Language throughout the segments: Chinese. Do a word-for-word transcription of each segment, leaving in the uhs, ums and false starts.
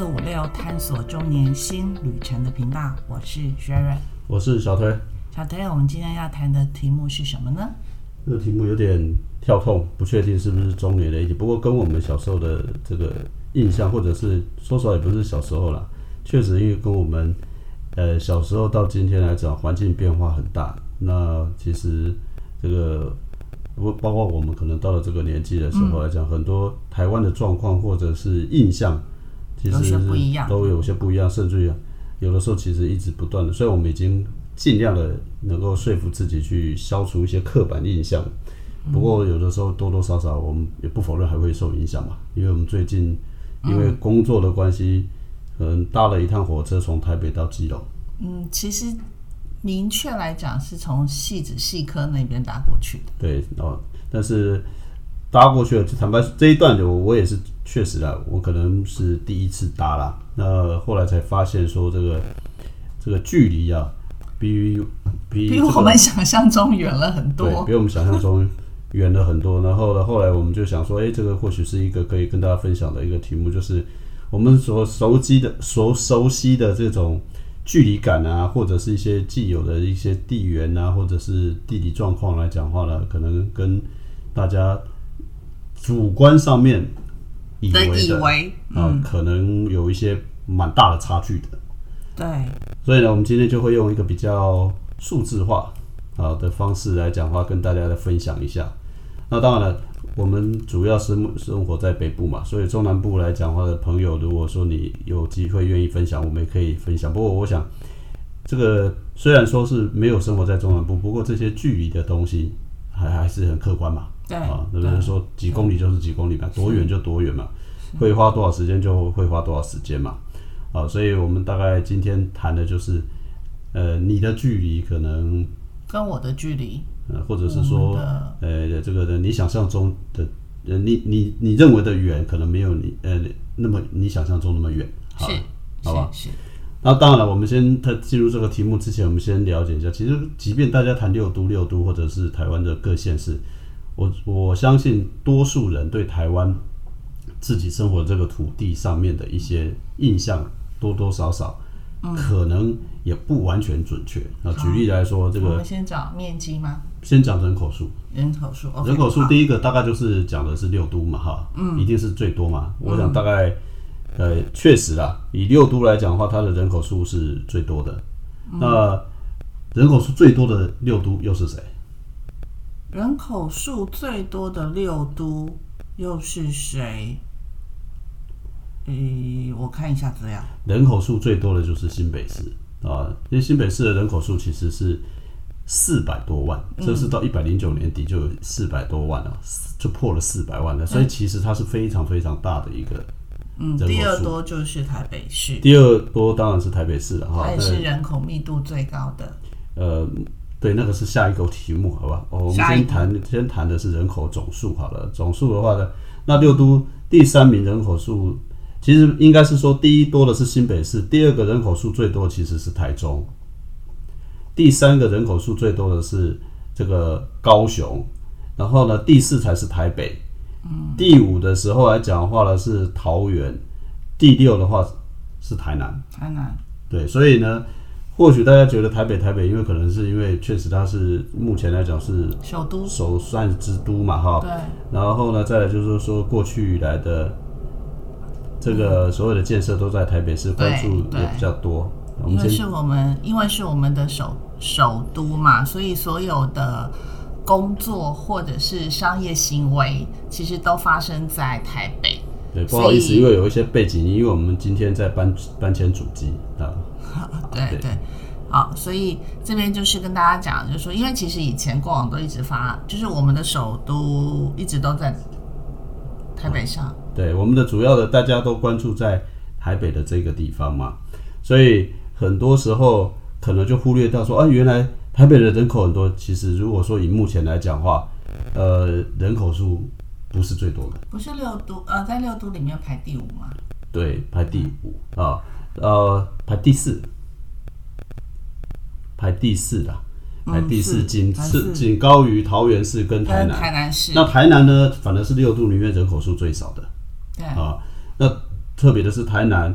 四五六探索中年新旅程的频道，我是 Sharon， 我是小推。 小推，我们今天要谈的题目是什么呢？ 这个题目有点跳痛，不确定是不是中年的议题，不过跟我们小时候的这个印象，或者是说实话也不是小时候啦，确实因为跟我们呃小时候到今天来讲，环境变化很大。那其实这个包括我们可能到了这个年纪的时候来讲，嗯、很多台湾的状况或者是印象，其实都有些不一样，甚至于有的时候其实一直不断的，所以我们已经尽量的能够说服自己去消除一些刻板印象。不过有的时候多多少少我们也不否认还会受影响嘛，因为我们最近因为工作的关系，可能搭了一趟火车从台北到基隆。 嗯，其实明确来讲是从汐止汐科那边搭过去的。 对哦，但是搭过去了，坦白这一段我我也是确实啦，我可能是第一次搭啦。那后来才发现说这个这个距离啊，比比、这个、 比我们想象中远了很多， 对，比我们想象中远了很多。然后呢，后来我们就想说，哎，这个或许是一个可以跟大家分享的一个题目，就是我们所熟悉的、所熟悉的这种距离感啊，或者是一些既有的一些地缘啊，或者是地理状况来讲话呢，可能跟大家主观上面以为的， 以为嗯、啊，可能有一些蛮大的差距的。 对， 所以呢，我们今天就会用一个比较数字化啊的方式来讲话，跟大家来分享一下。那当然了，我们主要是生活在北部嘛，所以中南部来讲话的朋友，如果说你有机会愿意分享，我们也可以分享。不过我想，这个虽然说是没有生活在中南部，不过这些距离的东西还还是很客观嘛。 对啊，那就是说几公里就是几公里嘛，多远就多远嘛，会花多少时间就会花多少时间嘛。啊，所以我们大概今天谈的就是，呃，你的距离可能跟我的距离， 呃，或者是说，呃，这个的你想象中的，呃，你你你认为的远，可能没有你呃那么你想象中那么远， 是， 好吧？ 是。 那当然了，我们先进入这个题目之前，我们先了解一下，其实即便大家谈六都、六都，或者是台湾的各县市，我我相信多数人对台湾自己生活这个土地上面的一些印象，多多少少可能也不完全准确。那举例来说，这个我们先讲面积吗？ 先讲人口数。 人口数， okay, 人口数第一个大概就是讲的是六都嘛，哈，嗯，一定是最多嘛。我想大概，嗯、呃，确实啦，以六都来讲的话，它的人口数是最多的。嗯、那人口数最多的六都又是谁？ 人口数最多的六都又是谁？诶，我看一下资料。 人口数最多的就是新北市啊，因为新北市的人口数其实是四百多万，嗯、这是到一百零九年底就有四百多万了，就破了四百万了，所以其实它是非常非常大的一个人口数。 嗯，第二多就是台北市。 第二多当然是台北市了哈， 它也是人口密度最高的。 呃，对，那个是下一个题目，好吧？我们先谈先谈的是人口总数好了。总数的话呢，那六都第三名人口数。其实应该是说，第一多的是新北市，第二个人口数最多的其实是台中，第三个人口数最多的是这个高雄，然后呢，第四才是台北，嗯、第五的时候来讲的话呢是桃园，第六的话是台南。 台南， 对，所以呢，或许大家觉得台北台北，因为可能是因为确实它是目前来讲是首都， 首善之都嘛，哈。 对。 然后呢，再来就是说过去以来的。这个所有的建设都在台北市，关注也比较多。 因为是我们，因为是我们的首首都嘛，所以所有的工作或者是商业行为，其实都发生在台北。 对，不好意思，因为有一些背景，因为我们今天在搬搬迁主机啊。 对 对, 对，好，所以这边就是跟大家讲，就是说，因为其实以前过往都一直发，就是我们的首都一直都在台北上。 嗯对，我们的主要的大家都关注在台北的这个地方嘛，所以很多时候可能就忽略到说啊，原来台北的人口很多。其实如果说以目前来讲的话，呃，人口数不是最多的， 不是六都，呃，在六都里面排第五吗？ 对，排第五啊，呃，排第四，排第四啦。排第四，仅仅高于桃园市跟台南。 台南市。 那台南呢，反而是六都里面人口数最少的。 对啊，那特别的是台南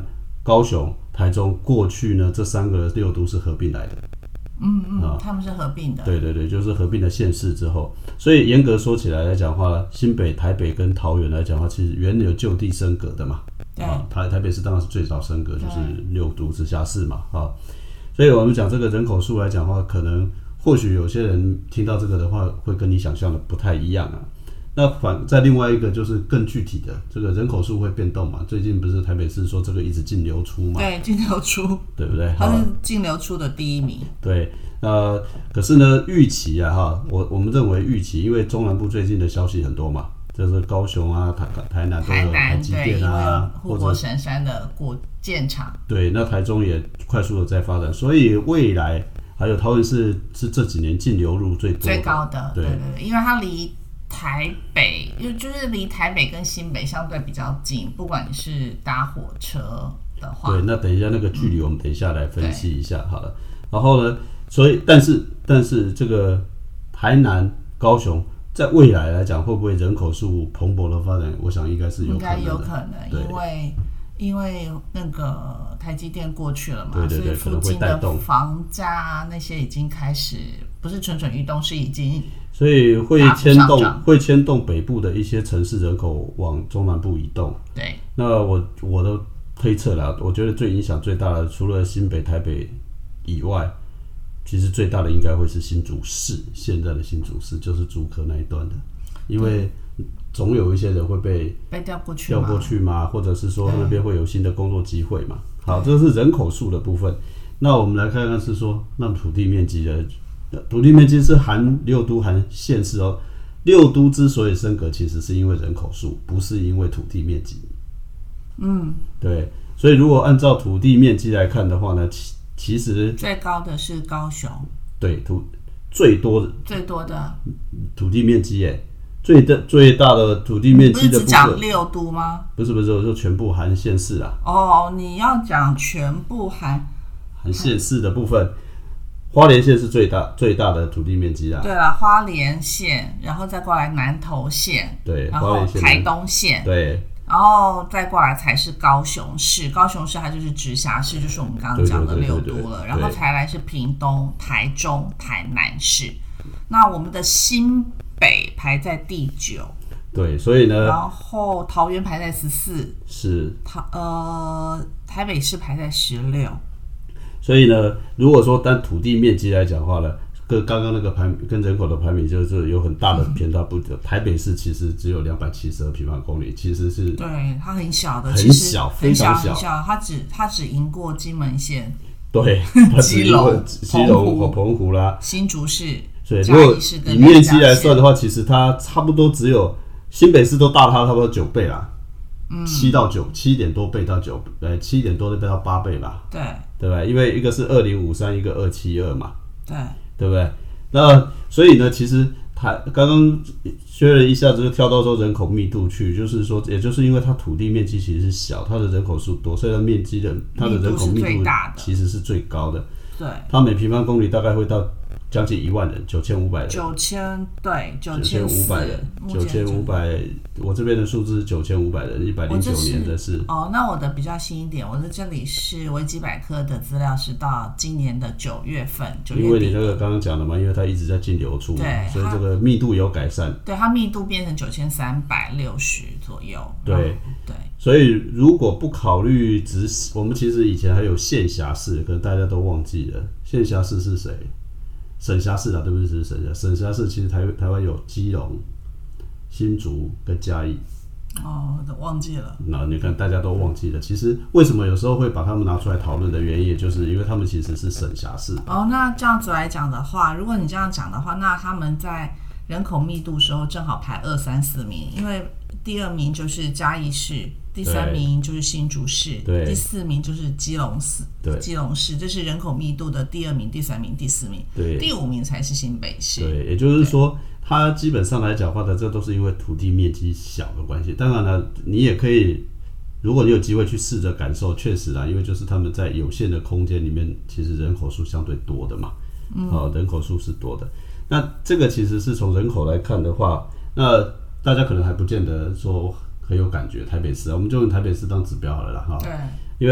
高雄、台中过去呢这三个六都是合并来的。 嗯嗯、啊，他们是合并的。 对对对，就是合并的县市之后，所以严格说起来来讲的话，新北、台北跟桃园来讲的话，其实原有就地升格的嘛。 对。 啊，台台北市当然是最早升格，就是六都直辖市嘛。啊，所以我们讲这个人口数来讲的话，可能或许有些人听到这个的话，会跟你想象的不太一样啊。那反在另外一个就是更具体的，这个人口数会变动嘛？最近不是台北市说这个一直净流出嘛？ 对，净流出， 对不对？ 它是净流出的第一名。 对，呃，可是呢，预期啊，哈，我我们认为预期，因为中南部最近的消息很多嘛，就是高雄啊、台台南都有台积电啊， 护国神山的国建厂。 对，那台中也快速的在发展，所以未来还有桃园市是这几年净流入最多的最高的， 对对对对，因为它离台北，就是离台北跟新北相对比较近，不管你是搭火车的话。 对，那等一下那个距离我们等一下来分析一下好了。然后呢，所以但是但是这个台南、高雄在未来来讲，会不会人口数蓬勃的发展？我想应该是有可能的， 应该有可能，因为因为那个台积电过去了嘛， 对对对， 所以附近的房价那些已经开始不是蠢蠢欲动，是已经。 所以会牵动会牵动北部的一些城市人口往中南部移动。 对， 那我我的推测啦，我觉得最影响最大的，除了新北、台北以外，其实最大的应该会是新竹市，现在的新竹市就是竹科那一段的，因为总有一些人会被被调过去调过去嘛，或者是说那边会有新的工作机会嘛。好，这是人口数的部分。那我们来看看是说，那土地面积的。土地面积是含六都含县市哦，六都之所以升格，其实是因为人口数，不是因为土地面积。 嗯， 对，所以如果按照土地面积来看的话呢，其其实最高的是高雄， 对土最多的最多的土地面积耶，最的最大的土地面积的部分， 不是只讲六都吗？ 不是不是，我说全部含县市啊。 哦，你要讲全部含含县市的部分。花莲县是最大最大的土地面积啦。 对啦，花莲县，然后再过来南投县， 对， 然后台东县， 对， 然后再过来才是高雄市。高雄市它就是直辖市，就是我们刚刚讲的六都了。然后才来是屏东、台中、台南市。那我们的新北排在第九。 对，所以呢， 然后桃园排在十四， 是台呃台北市排在十六。 所以呢，如果说单土地面积来讲的话呢，跟刚刚那个排跟人口的排名就是有很大的偏差不得。台北市其实只有两百七十二平方公里，其实是对它很小的， 很小，非常小，很小，它只它只赢过金门县， 对， 基隆、 基隆和澎湖啦， 新竹市， 对，如果以面积来算的话，其实它差不多只有新北市都大它差不多九倍啦。嗯，七到九，七点多倍到九，呃，七点多倍到八倍吧。 对， 对吧？因为一个是二零五三，一个二七二嘛。 对， 对不对？那所以呢，其实台刚刚学了一下子就跳到说人口密度去，就是说，也就是因为它土地面积其实是小，它的人口数多，所以它面积的它的人口密度其实是最高的。 对， 它每平方公里大概会到将近一万人，九千五百人。 九千对， 九千五百人，九千五百，我这边的数字是九千五百人，一百零九年的是。 哦，那我的比较新一点，我的这里是维基百科的资料是到今年的九月份，九月底。 因为你那个刚刚讲的嘛，因为它一直在净流出， 对， 所以这个密度有改善。 对，它密度变成九千三百六十左右。 对对， 所以如果不考虑直，我们其实以前还有县辖市，可能大家都忘记了，县辖市是谁？省辖市啦，对不对？是省辖，省辖市其实台台湾有基隆、新竹跟嘉义。 哦，都忘记了。 那你看大家都忘记了，其实为什么有时候会把他们拿出来讨论的原因，也就是因为他们其实是省辖市。 哦，那这样子来讲的话，如果你这样讲的话，那他们在人口密度时候正好排二三四名，因为第二名就是嘉义市。第三名就是新竹市，第四名就是基隆市，基隆市这是人口密度的第二名、第三名、第四名，第五名才是新北市。 对，也就是说，它基本上来讲话的，这都是因为土地面积小的关系。当然了，你也可以，如果你有机会去试着感受，确实啊，因为就是他们在有限的空间里面，其实人口数相对多的嘛，嗯，哦，人口数是多的。那这个其实是从人口来看的话，那大家可能还不见得说很有感觉。台北市啊，我们就用台北市当指标好了啦，哈。 对。 因为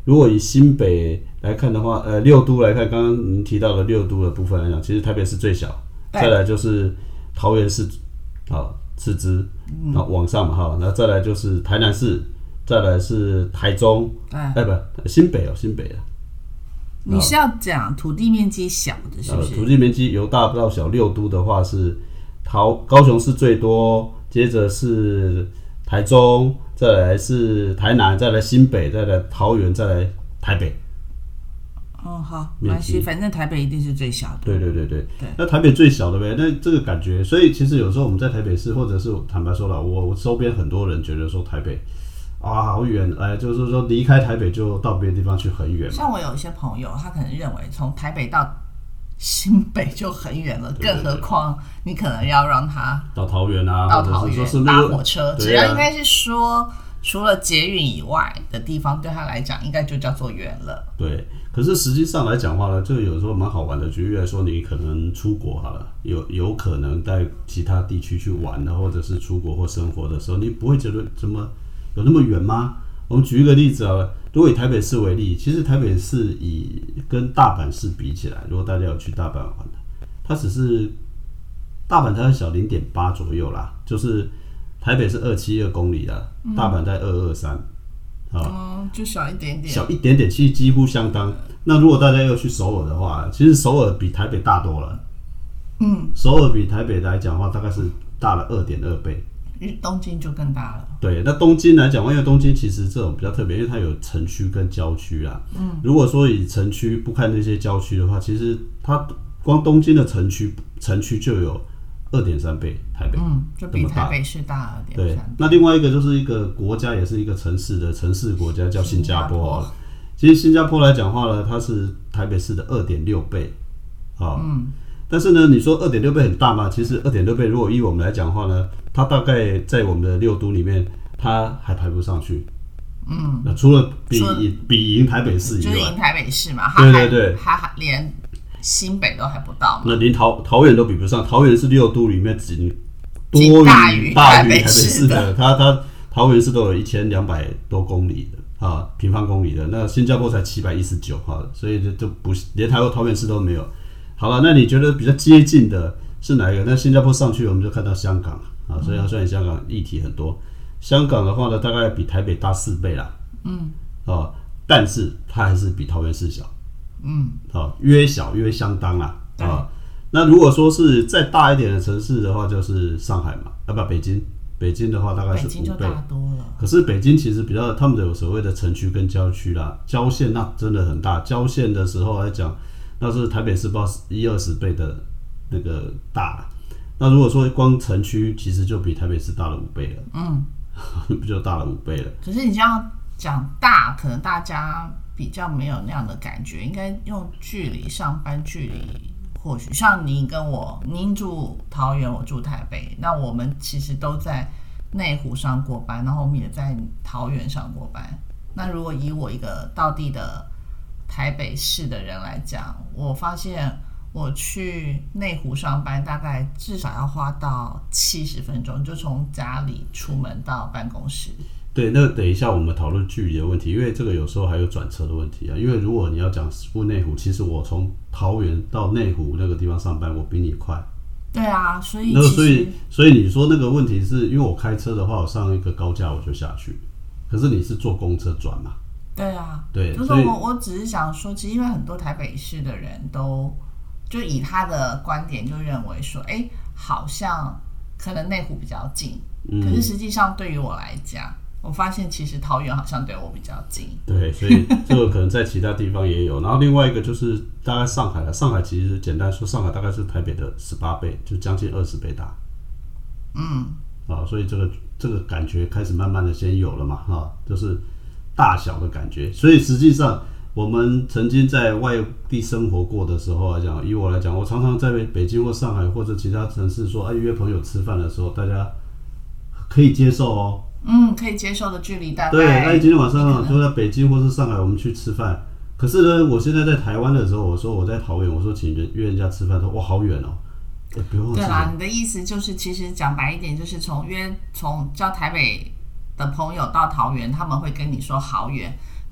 如果以新北来看的话，呃，六都来看，刚刚您提到的六都的部分来讲，其实台北市最小，再来就是桃园市，好次之，然后往上嘛哈，然后再来就是台南市，再来是台中，哎、欸、不新北哦新北啊。 你是要讲土地面积小的，是不是？ 呃、土地面积由大到小，六都的话是桃高雄市最多，接着是台中，再来是台南，再来新北，再来桃园，再来台北。 哦，好，没关系，反正台北一定是最小的。 对对对 对, 对那台北最小的呗，那这个感觉，所以其实有时候我们在台北市，或者是坦白说了，我我周边很多人觉得说台北。啊，好远！哎，就是说离开台北就到别的地方去很远嘛。 像我有一些朋友，他可能认为从台北到新北就很远了，对对对，更何况你可能要让他到桃园啊， 到桃园搭火车， 啊、 只要应该是说除了捷运以外的地方，对他来讲应该就叫做远了。 对，可是实际上来讲话呢，这个有时候蛮好玩的。举例来说，你可能出国好了，有有可能在其他地区去玩的，或者是出国或生活的时候，你不会觉得怎么？有那么远吗？我们举一个例子啊，如果以台北市为例，其实台北市以跟大阪市比起来，如果大家有去大阪玩的，它只是大阪它小 零点八 左右啦，就是台北是二百七十二公里啦，嗯、大阪在二百二十三， 哦，就小一点点， 小一点点，其实几乎相当。那如果大家要去首尔的话，其实首尔比台北大多了，嗯，首尔比台北来讲的话，大概是大了 二点二 倍。 东京就更大了。 对，那东京来讲，因为东京其实这种比较特别，因为它有城区跟郊区啊。嗯，如果说以城区不看那些郊区的话，其实它光东京的城区城区就有 二点三 倍台北， 嗯，就比台北市大二点三倍。 对，那另外一个就是一个国家，也是一个城市的城市国家，叫新加坡啊。其实新加坡来讲话呢，它是台北市的 二点六 倍啊。嗯。但是呢，你说 二点六 倍很大吗？其实 二点六 倍，如果依我们来讲的话呢，它大概在我们的六都里面，它还排不上去。嗯，那除了比比赢台北市以外， 就是赢台北市嘛， 对对对， 它还连新北都还不到嘛。 那连桃桃园都比不上，桃园是六都里面仅多于大于台北市的，它它桃园市都有一千两百多公里的啊平方公里的，那新加坡才七百一十九哈，所以就就不连台桃园市都没有。好了，那你觉得比较接近的是哪一个？那新加坡上去，我们就看到香港啊，所以要算香港议题很多。香港的话呢，大概比台北大四倍啦，嗯，啊，但是它还是比桃园市小，嗯，啊，约小约相当啦，啊，那如果说是再大一点的城市的话，就是上海嘛，啊不，北京，北京的话大概是五倍，北京就大多了。可是北京其实比较，他们有所谓的城区跟郊区啦，郊县那真的很大，郊县的时候来讲。那是台北市不知道一二十倍的那个大了。那如果说光城区，其实就比台北市大了五倍了。嗯，不就大了五倍了？ 可是你这样讲大，可能大家比较没有那样的感觉。应该用距离上班距离，或许像你跟我，您住桃园，我住台北，那我们其实都在内湖上过班，然后我们也在桃园上过班。那如果以我一个道地的台北市的人来讲，我发现我去内湖上班大概至少要花到七十分钟，就从家里出门到办公室。 对，那等一下我们讨论距离的问题，因为这个有时候还有转车的问题啊。因为如果你要讲赴内湖，其实我从桃园到内湖那个地方上班，我比你快。 对啊，所以那个所以所以你说那个问题是因为我开车的话，我上一个高架我就下去，可是你是坐公车转嘛？ 对啊， 对， 就是我我只是想说，其实因为很多台北市的人都就以他的观点就认为说，哎，好像可能内湖比较近，嗯、可是实际上对于我来讲，我发现其实桃园好像对我比较近。 对，所以这个可能在其他地方也有。然后另外一个就是大概上海了，上海其实简单说，上海大概是台北的十八倍，就将近二十倍大。嗯，啊，所以这个这个感觉开始慢慢的先有了嘛，哈，就是大小的感觉。所以实际上我们曾经在外地生活过的时候来讲，以我来讲，我常常在北京或上海或者其他城市说，哎，约朋友吃饭的时候，大家可以接受哦。 嗯，可以接受的距离大概。 对，那今天晚上就在北京或是上海，我们去吃饭。可是呢，我现在在台湾的时候，我说我在桃园，我说请人约人家吃饭，说哇好远哦。不用。 对啦，你的意思就是，其实讲白一点，就是从约从叫台北的朋友到桃园，他们会跟你说好远。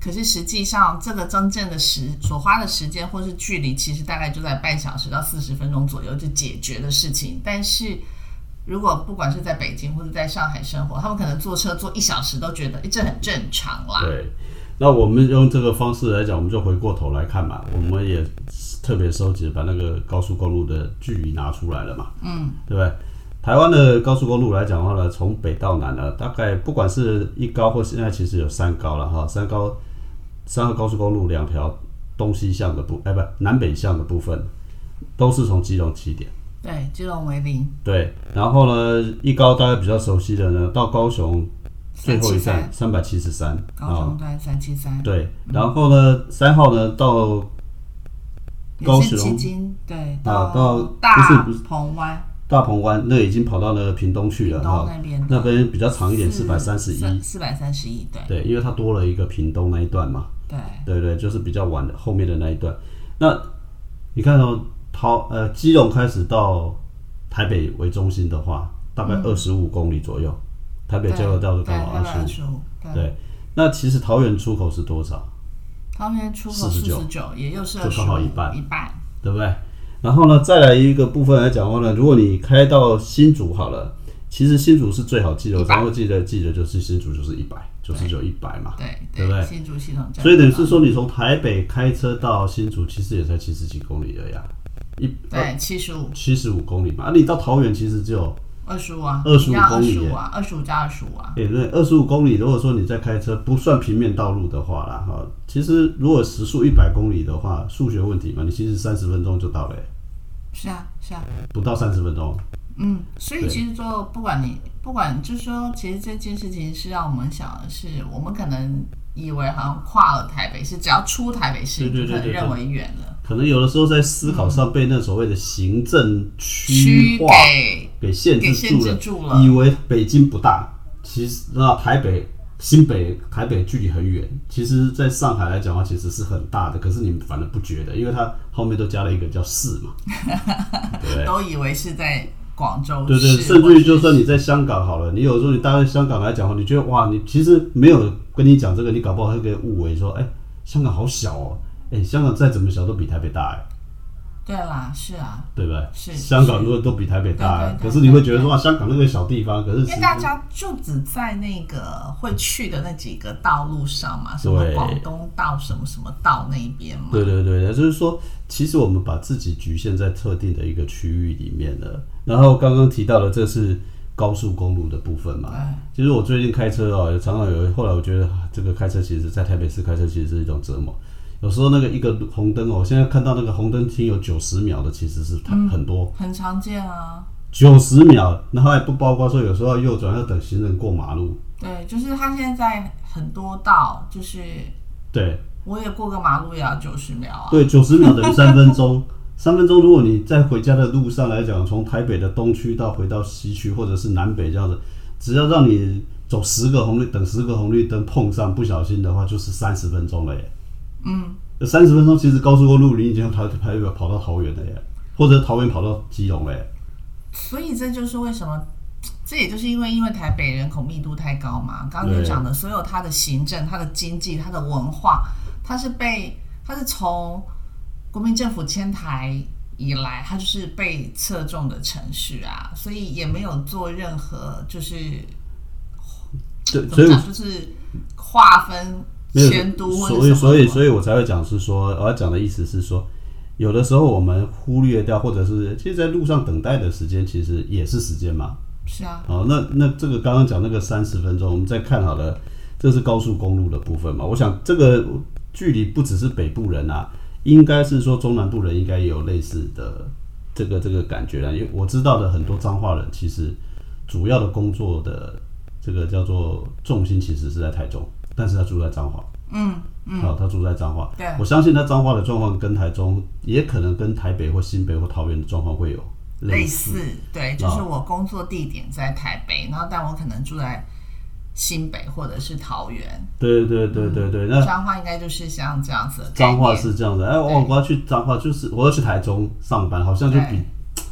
可是实际上这个真正的时所花的时间或是距离，其实大概就在半小时到四十分钟左右就解决的事情。但是如果不管是在北京或者在上海生活，他们可能坐车坐一小时都觉得这很正常啦。 对，那我们用这个方式来讲，我们就回过头来看嘛，我们也特别收集把那个高速公路的距离拿出来了嘛，嗯，对不对？台湾的高速公路来讲的话呢，从北到南呢，大概不管是一高或现在其实有三高了哈，三高三号高速公路两条东西向的部，哎不南北向的部分，都是从基隆起点。 对，基隆为零。 对，然后呢，一高大家比较熟悉的呢，到高雄最后一站三百七十三， 高雄站三七三。 对，然后呢，三号呢到高雄， 对， 到到大鹏湾。 大鹏湾那已经跑到那个屏东去了哈， 那边那边比较长一点，四百三十一， 四百三十一，对， 对，因为它多了一个屏东那一段嘛， 对， 对对，就是比较晚的后面的那一段。那你看哦，桃呃基隆开始到台北为中心的话，大概二十五公里左右，嗯、台北交流道就刚好二十五，对。那其实桃园出口是多少？ 桃园出口四十九，也又是二十五， 就刚好一半， 一半， 对不对？然后呢，再来一个部分来讲的话呢，如果你开到新竹好了，其实新竹是最好记的，我常会记得记得就是新竹就是一百，九十九一百嘛， 对对不对？ 新竹系统， 所以等于是说，你从台北开车到新竹，其实也才七十几公里而已啊， 一对七十五七十五公里嘛，啊，你到桃园其实只有二十五啊， 二十五公里啊，二十五加二十五啊， 对对，二十五公里，如果说你在开车不算平面道路的话啦，哈，其实如果时速一百公里的话，数学问题嘛，你其实三十分钟就到了。 是啊，是啊， 不到三十分钟。 嗯，所以其实说，不管你不管，就是说，其实这件事情是让我们想的是，我们可能以为好像跨了台北市，只要出台北市，就可能认为远了。 可能有的时候在思考上被那所谓的行政区划给限制住 了, 住了以为北京不大，其实那台北。新北、台北距离很远，其实在上海来讲的话，其实是很大的，可是你们反而不觉得，因为它后面都加了一个叫市嘛，对， 都以为是在广州市， 对对，甚至于就算你在香港好了，你有时候你待在香港来讲的话，你觉得哇，你其实没有跟你讲这个，你搞不好会给误为说，哎、欸，香港好小哦，哎、欸，香港再怎么小都比台北大哎。 对啦，是啊， 对不对？ 是香港如果都比台北大，可是你会觉得说哇，香港那个小地方，可是因为大家就只在那个会去的那几个道路上嘛，什么广东道、什么什么道那边嘛。 对对对，就是说，其实我们把自己局限在特定的一个区域里面了。然后刚刚提到的，这是高速公路的部分嘛。其实我最近开车哦，常常有，后来我觉得这个开车其实，在台北市开车其实是一种折磨。有时候那个一个红灯哦，现在看到那个红灯停有九十秒的，其实是很多、 嗯，很常见啊。 九十秒，然后还不包括说有时候要右转要等行人过马路。 对，就是他现在在很多道，就是对， 我也过个马路也要九十秒啊。 对，九十秒等于三分钟。三分钟，如果你在回家的路上来讲，从台北的东区到回到西区或者是南北这样子，只要让你走十个红绿，等十个红绿灯碰上，不小心的话就是三十分钟了耶。嗯，三十分钟，其实高速公路你已经从台北跑到桃园了耶，或者桃园跑到基隆了耶。 所以这就是为什么，这也就是因为因为台北人口密度太高嘛。刚刚就讲的，所有它的行政、它的经济、它的文化，它是被它是从国民政府迁台以来，它就是被侧重的城市啊，所以也没有做任何就是对，所以就是划分。迁都或者所以所以所以我才会讲是说，我要讲的意思是说，有的时候我们忽略掉，或者是其实在路上等待的时间，其实也是时间嘛。 是啊。 哦，那那这个刚刚讲那个三十分钟，我们再看好了，这是高速公路的部分嘛。我想这个距离不只是北部人啊，应该是说中南部人应该也有类似的这个这个感觉啦。因为我知道的很多彰化人，其实主要的工作的这个叫做重心其实是在台中。但是他住在彰化， 嗯嗯， 好，他住在彰化， 对， 我相信他彰化的状况跟台中，也可能跟台北或新北或桃园的状况会有类似， 类似，对，就是我工作地点在台北，然后但我可能住在新北或者是桃园， 对对对对对，那彰化应该就是像这样子的概念， 彰化是这样子，哎，我我要去彰化，就是我要去台中上班，好像就比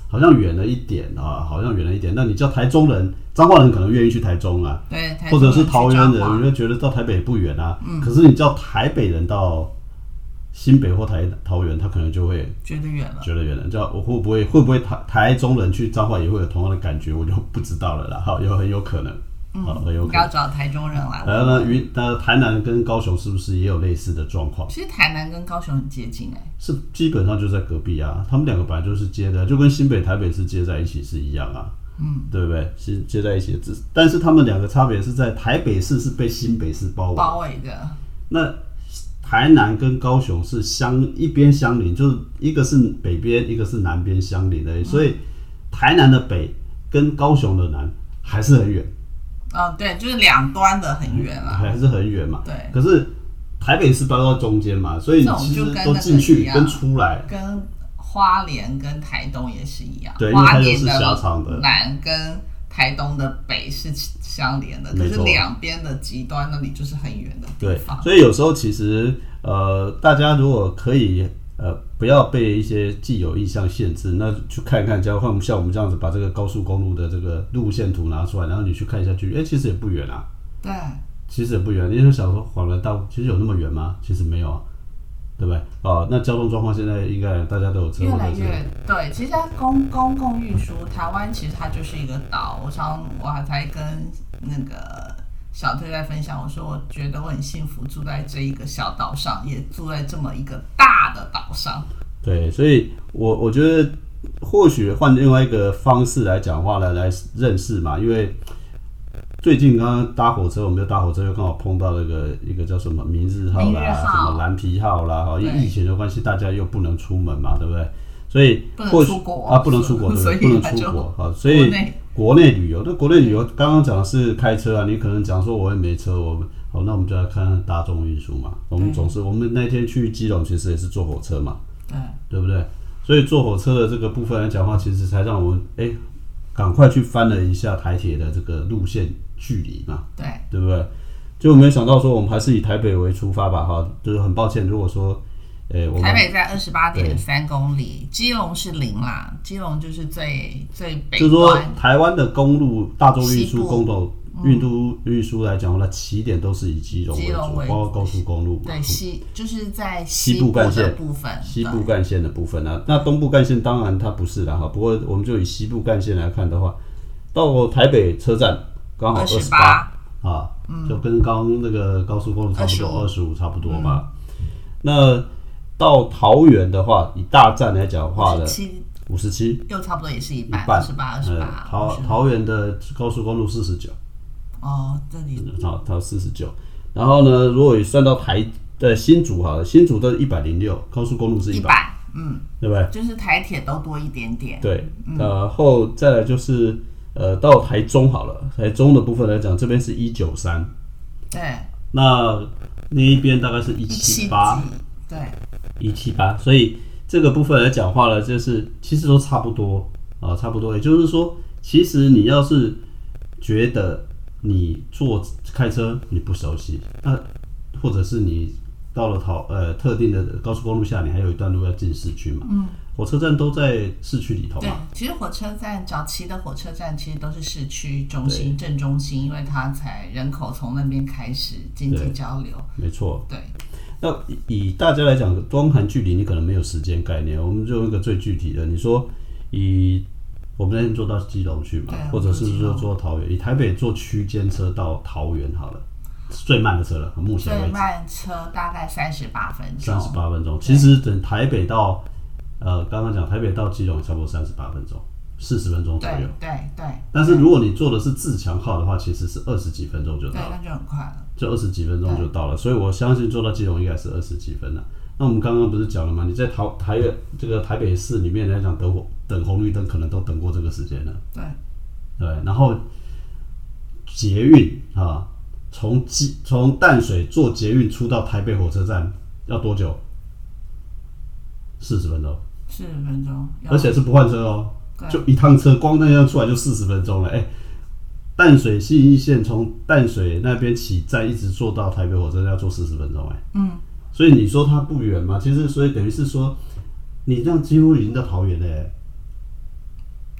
好像远了一点啊，好像远了一点。那你叫台中人，彰化人可能愿意去台中啊， 对，台或者是桃园人， 你会觉得到台北也不远啊。嗯、可是你叫台北人到新北或台桃园，他可能就会觉得远了， 觉得远了。叫我会不会会不会台台中人去彰化也会有同样的感觉，我就不知道了啦。好，有很有可能。 嗯，很有可能要找台中人来。 然后呢，云那台南跟高雄是不是也有类似的状况？ 其实台南跟高雄很接近哎、欸， 是基本上就在隔壁啊，他们两个本来就是接的，就跟新北、台北是接在一起是一样啊，嗯，对不对？是接在一起的，但是他们两个差别是在台北市是被新北市包围包围的， 那台南跟高雄是相一边相邻，就是一个是北边，一个是南边相邻的，所以台南的北跟高雄的南还是很远。 哦，对，就是两端的很远啦， 还是很远嘛。 对。 可是台北是包到中间嘛，所以你其实都进去跟出来， 跟花莲跟台东也是一样。 对，因为它就是狭长的。 南跟台东的北是相连的，可是两边的极端那里就是很远的地方。 对，所以有时候其实呃，大家如果可以。呃，不要被一些既有印象限制，那去看一看，像我们像我们这样子，把这个高速公路的这个路线图拿出来，然后你去看一下距离，哎，其实也不远啊。 对， 其实也不远。你就想说，恍然大悟，其实有那么远吗？其实没有啊，对不对？哦，那交通状况现在应该大家都有车， 越来越对。其实公公共运输，台湾其实它就是一个岛。我常我还才跟那个小推在分享，我说我觉得我很幸福，住在这一个小岛上，也住在这么一个大的岛上。 对，所以我我觉得或许换另外一个方式来讲话呢，来认识嘛。因为最近刚刚搭火车，我们就搭火车又刚好碰到那个一个叫什么明日号啦，什么蓝皮号啦，因为疫情的关系，大家又不能出门嘛，对不对？所以不能出国啊，不能出国，对不对？不能出国啊，所以国内旅游，那国内旅游刚刚讲的是开车啊，你可能讲说我也没车，我好，那我们就来看大众运输嘛。我们总是我们那天去基隆，其实也是坐火车嘛，对，对不对？所以坐火车的这个部分来讲的话，其实才让我们哎赶快去翻了一下台铁的这个路线距离嘛，对，对不对？就没有想到说我们还是以台北为出发吧，哈，就是很抱歉，如果说。欸、 台北在二十八点三公里，基隆是零啦，基隆就是最最北端。就是说， 台湾的公路、大众运输、公路运输运输来讲，它起点都是以基隆为主，包括高速公路。 对，西就是在西部干线部分， 西部干线的部分啊。那东部干线当然它不是啦，哈。不过我们就以西部干线来看的话，到台北车站刚好二十八啊，就跟刚刚那个高速公路差不多，二十五差不多嘛。嗯、那到桃园的话，以大站来讲的话呢，五十七， 又差不多也是一半，二十八，二十八。 桃桃园的高速公路四十九， 哦，这里好，它四十九。然后呢，如果算到台的新竹好了，新竹的一百零六，高速公路是一百，嗯，对不对？ 就是台铁都多一点点。 对，嗯、然后再来就是呃，到台中好了，台中的部分来讲，这边是一九三， 对， 那那一边大概是一七八， 对。 一七八，所以这个部分来讲话呢，就是其实都差不多啊，差不多。也就是说，其实你要是觉得你坐开车你不熟悉，那或者是你到了桃呃特定的高速公路下，你还有一段路要进市区嘛，嗯，火车站都在市区里头嘛。 对，其实火车站早期的火车站其实都是市区中心、正中心，因为它才人口从那边开始经济交流。 没错， 对。 那以大家来讲，光含距离你可能没有时间概念，我们就用一个最具体的，你说以我们那天坐到基隆去嘛，或者是说坐到桃园，以台北坐区间车到桃园好了，最慢的车了，目前为止最慢车大概三十八分钟， 三十八分钟。其实等台北到呃，刚刚讲台北到基隆差不多三十八分钟，四十分钟左右。 对对对。 但是如果你坐的是自强号的话，其实是二十几分钟就到了， 对，那就很快了。 就二十几分钟就到了，所以我相信坐到基隆应该是二十几分了。那我们刚刚不是讲了吗？你在台台这个台北市里面来讲，等等红绿灯可能都等过这个时间了。 对， 对。然后捷运啊，从基从淡水坐捷运出到台北火车站要多久？四十分钟。 四十分钟， 而且是不换车哦，就一趟车，光那样出来就四十分钟了，哎、欸。淡水信义线从淡水那边起站一直坐到台北火车站要坐四十分钟，哎，嗯，所以你说它不远吗？其实，所以等于是说，你这样几乎已经到桃园了，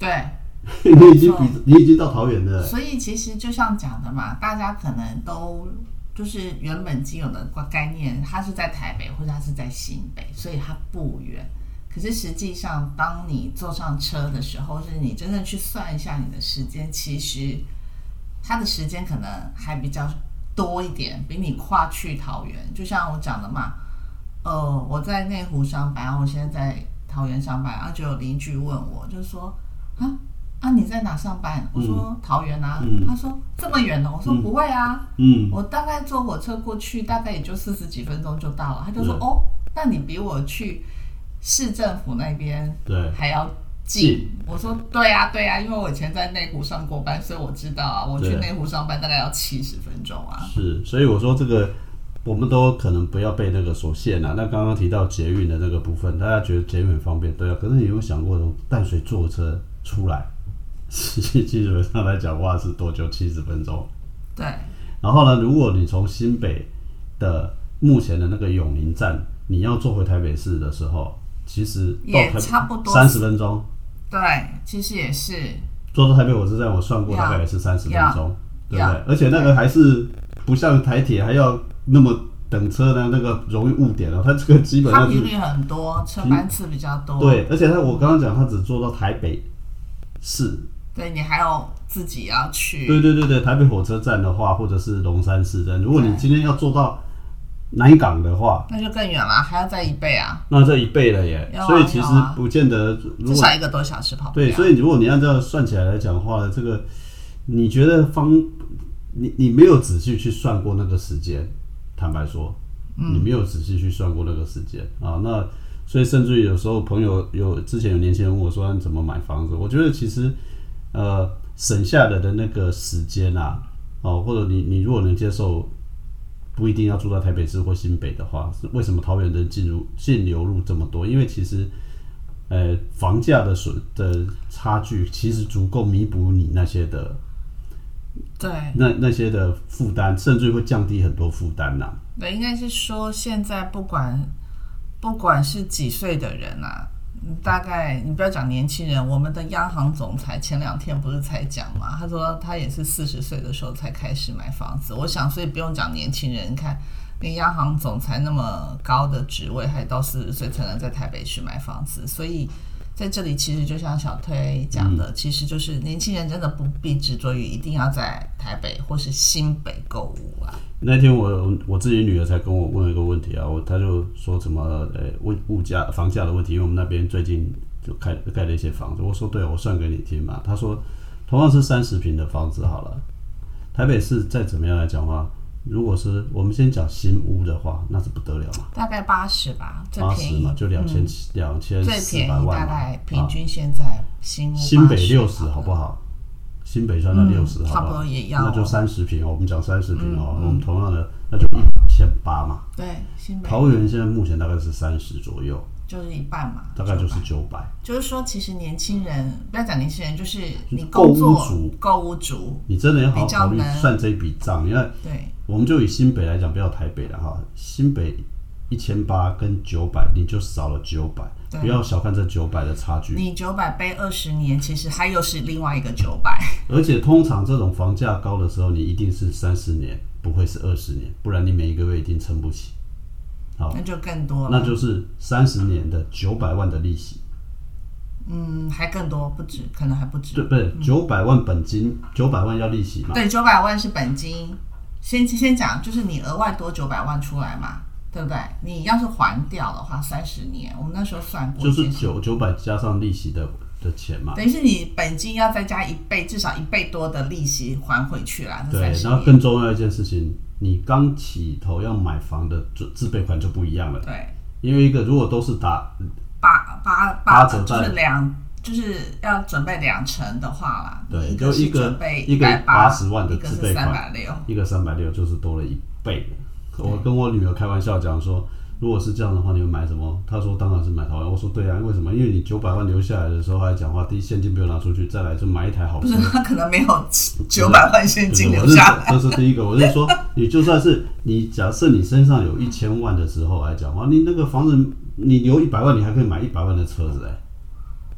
对， 你已经比你已经到桃园了。 所以其实就像讲的嘛，大家可能都就是原本既有的概念，它是在台北或者它是在新北，所以它不远。可是实际上，当你坐上车的时候，是你真正去算一下你的时间，其实它的时间可能还比较多一点，比你跨去桃园。就像我讲的嘛，呃，我在内湖上班，我现在在桃园上班，啊，就有邻居问我，就说啊啊你在哪上班？我说、嗯、桃园啊、嗯。他说这么远哦，我说不会啊，嗯，我大概坐火车过去，大概也就四十几分钟就到了。他就说、嗯、哦，那你比我去市政府那边还要近。我说对啊对啊，因为我以前在内湖上过班，所以我知道啊，我去内湖上班大概要七十分钟啊。 是，所以我说这个我们都可能不要被那个所限啊。那刚刚提到捷运的那个部分，大家觉得捷运很方便，对啊。可是你有没有想过，从淡水坐车出来，基本上来讲话是多久？七十分钟。 对。 然后呢，如果你从新北的目前的那个永宁站，你要坐回台北市的时候，其实也差不多三十分钟。 对，其实也是。 坐到台北火车站，我算过大概也是三十分钟，对不对？而且那个还是不像台铁还要那么等车呢，那个容易误点哦。它这个基本上是它频率很多，车班次比较多。 对，而且它我刚刚讲，它只坐到台北市。 对，你还要自己要去。 对对对对，台北火车站的话，或者是龙山市站，如果你今天要坐到南港的话， 那就更远了，还要再一倍啊！ 那这一倍了耶，啊、所以其实不见得， 至少一个多小时跑不掉。 对，所以如果你按照算起来来讲的话，这个你觉得方你你没有仔细去算过那个时间，坦白说，嗯、你没有仔细去算过那个时间啊。那所以甚至于有时候朋友有之前有年轻人问我说你怎么买房子，我觉得其实呃省下来的那个时间啊，哦，或者你你如果能接受。不一定要住在台北市或新北的话，为什么桃园人进入净流入这么多？因为其实，呃，房价的损的差距其实足够弥补你那些的， 对， 那那些的负担，甚至会降低很多负担呐。 对，应该是说现在不管不管是几岁的人啊。大概你不要讲年轻人，我们的央行总裁前两天不是才讲嘛？他说他也是四十岁的时候才开始买房子。我想，所以不用讲年轻人，你看连央行总裁那么高的职位，还到四十岁才能在台北市买房子。所以在这里，其实就像小推讲的，嗯、其实就是年轻人真的不必执着于一定要在台北或是新北购物啊。 那天我我自己女儿才跟我问一个问题啊，我她就说什么呃物物价房价的问题，因为我们那边最近就开盖了一些房子，我说对，我算给你听嘛。她说同样是三十坪的房子好了，台北市再怎么样来讲的话，如果是我们先讲新屋的话，那是不得了嘛， 大概八十吧，最便宜八十嘛，就两千两千四百万嘛， 大概平均现在新屋新北六十好不好？新北算到六十，好不好？ 差不多也要、哦， 那就三十坪哦。我们讲三十坪哦，嗯嗯、我们同样的那就一千八嘛。 对，新北桃园现在目前大概是三十左右， 就是一半嘛， 大概就是九百。 就是说，其实年轻人不要讲年轻人，就是你工作购屋族， 购屋族， 你真的要好好考虑算这一笔账。你看， 对， 我们就以新北来讲，不要台北了哈，新北一千八跟九百，你就少了九百。不要小看这九百的差距， 你九百背二十年，其实它又是另外一个九百。 而且通常这种房价高的时候，你一定是三十年，不会是二十年，不然你每一个月一定撑不起。好， 那就更多了， 那就是三十年的九百万的利息。 嗯，还更多，不止，可能还不止。 对，不是九百万本金，九百万要利息嘛？ 对，九百万是本金。先先讲，就是你额外多九百万出来嘛。对不对？你要是还掉的话，三十年，我们那时候算过， 就是九九百加上利息的的钱嘛， 等于是你本金要再加一倍，至少一倍多的利息还回去啦。 对，然后更重要一件事情，你刚起头要买房的自备款就不一样了。 对， 因为一个如果都是打八八八折， 就是两，就是要准备两成的话啦。 对， 就一个一个八十万的自备款，一个三百六，就是多了一倍。我跟我女儿开玩笑讲说，如果是这样的话，你会买什么？她说当然是买桃园。我说对啊，为什么？因为你九百万留下来的时候还讲话，第一现金不用拿出去，再来就买一台好车。 不是，他可能没有九百万现金留下来。 这是第一个，我是说，你就算是你假设你身上有一千万的时候来讲话，你那个房子你留一百万，你还可以买一百万的车子哎、欸。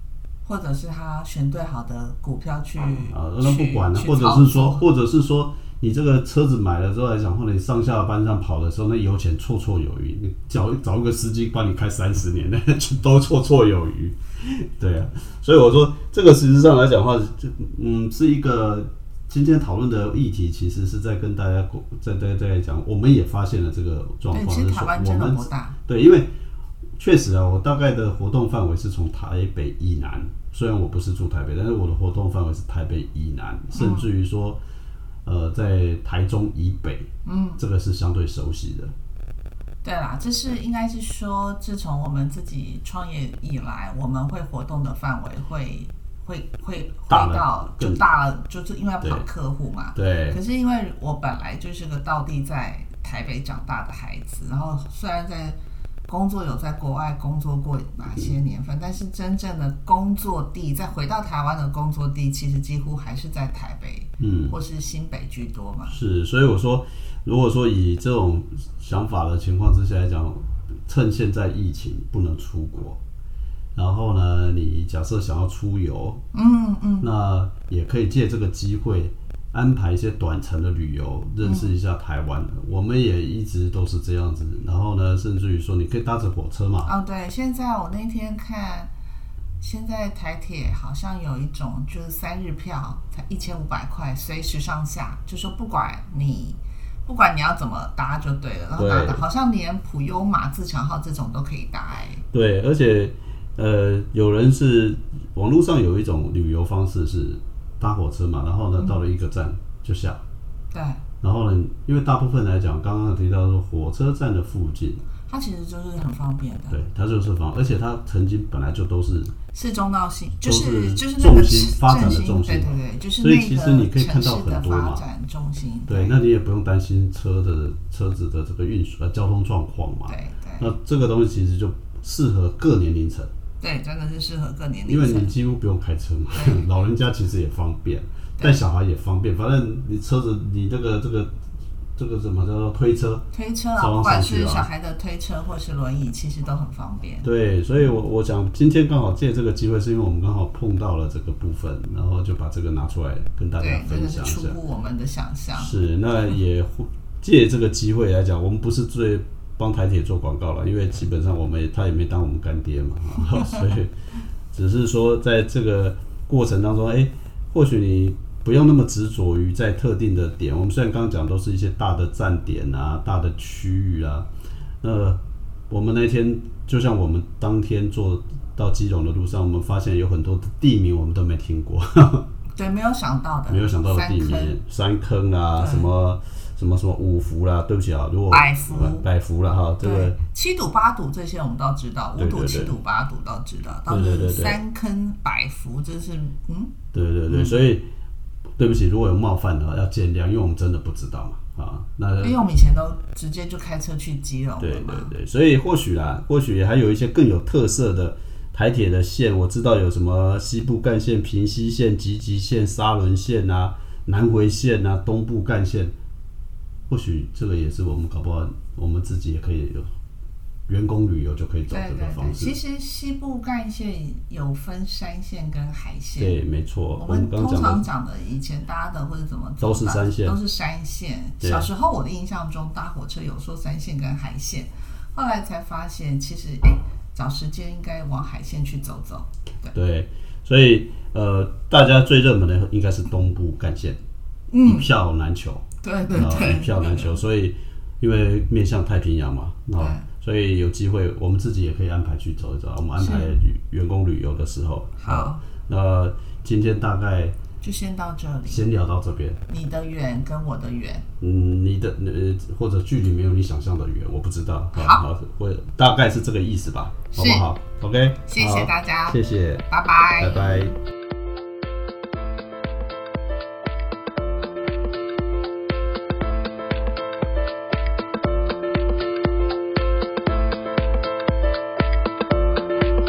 或者是他选对好的股票去啊， 那不管了，或者是说，或者是说，你这个车子买了之后来讲，或者你上下班上跑的时候，那油钱绰绰有余，你找找一个司机帮你开三十年，那都绰绰有余。对啊，所以我说这个实质上来讲的话，嗯，是一个今天讨论的议题，其实是在跟大家在在在讲，我们也发现了这个状况， 其实台湾真的不大， 对，因为确实啊，我大概的活动范围是从台北以南，虽然我不是住台北，但是我的活动范围是台北以南，甚至于说，呃，在台中以北，嗯，这个是相对熟悉的。 对啦，这是应该是说，自从我们自己创业以来，我们会活动的范围会会会会到就大了，就是因为要跑客户嘛。 对。 可是因为我本来就是个道地在台北长大的孩子，然后虽然在工作有在国外工作过哪些年份，但是真正的工作地，再回到台湾的工作地，其实几乎还是在台北，嗯，或是新北居多嘛。 是，所以我说，如果说以这种想法的情况之下来讲，趁现在疫情不能出国，然后呢，你假设想要出游，嗯嗯，那也可以借这个机会安排一些短程的旅游，认识一下台湾、嗯、我们也一直都是这样子。然后呢，甚至于说你可以搭着火车嘛。 哦，对，现在我那天看，现在台铁好像有一种就是三日票，才一千五百块，随时上下，就说不管你不管你要怎么搭就对了。然后搭好像连普悠玛、自强号这种都可以搭哎、欸。 对，而且呃，有人是网络上有一种旅游方式是搭火车嘛，然后呢，到了一个站就下。 对。 然后呢，因为大部分来讲，刚刚提到说火车站的附近， 它其实就是很方便的。 对，它就是方，而且它曾经本来就都是市中道性，就是就是那个重心发展的重心， 对对对，就是所以其实你可以看到很多嘛。 发展重心。 对，那你也不用担心车的车子的这个运输呃交通状况嘛。 对对。 那这个东西其实就适合各年龄层。 对，真的是适合各年龄层。 因为你几乎不用开车嘛，老人家其实也方便，带小孩也方便，反正你车子你这个这个这个什么叫做推车？ 推车啊，不管是小孩的推车或是轮椅，其实都很方便。 对，所以我我想今天刚好借这个机会，是因为我们刚好碰到了这个部分，然后就把这个拿出来跟大家分享一下。 出乎我们的想象。 是，那也借这个机会来讲，我们不是最帮台铁做广告了，因为基本上我们他也没当我们干爹嘛，所以只是说在这个过程当中，哎、欸，或许你不用那么执着于在特定的点。我们虽然刚刚讲都是一些大的站点啊、大的区域啊，那我们那天就像我们当天坐到基隆的路上，我们发现有很多地名我们都没听过， 对，没有想到的， 没有想到的地名，山坑啊，什么。什么什么五福啦，对不起啊，如果百福百福啦哈，这个七堵八堵这些我们都知道，五堵七堵八堵都知道，到底三坑百福这是嗯， 对对对，嗯、所以对不起，如果有冒犯的话要见谅，因为我们真的不知道嘛啊，那因为我们以前都直接就开车去基隆了嘛， 对对对，所以或许啦，或许还有一些更有特色的台铁的线，我知道有什么西部干线、平西线、集集线、沙仑线啊、南回线啊、东部干线。或许这个也是我们搞不好，我们自己也可以有员工旅游就可以走这个方式。 对对对，其实西部干线有分山线跟海线。 对，没错。 我们通常讲的以前搭的或者怎么走都是山线， 都是山线。小时候我的印象中搭火车有说山线跟海线，后来才发现其实哎，找时间应该往海线去走走。对， 对，所以呃，大家最热门的应该是东部干线，嗯、一票难求。 对对对， 一票难求，所以因为面向太平洋嘛，所以有机会我们自己也可以安排去走一走。我们安排员工旅游的时候， 好， 那今天大概就先到这里， 先聊到这边。 你的远跟我的远， 嗯，你的呃或者距离没有你想象的远，我不知道。 好， 或大概是这个意思吧，好不好 ？OK， 谢谢大家， 谢谢， 拜拜， 拜拜。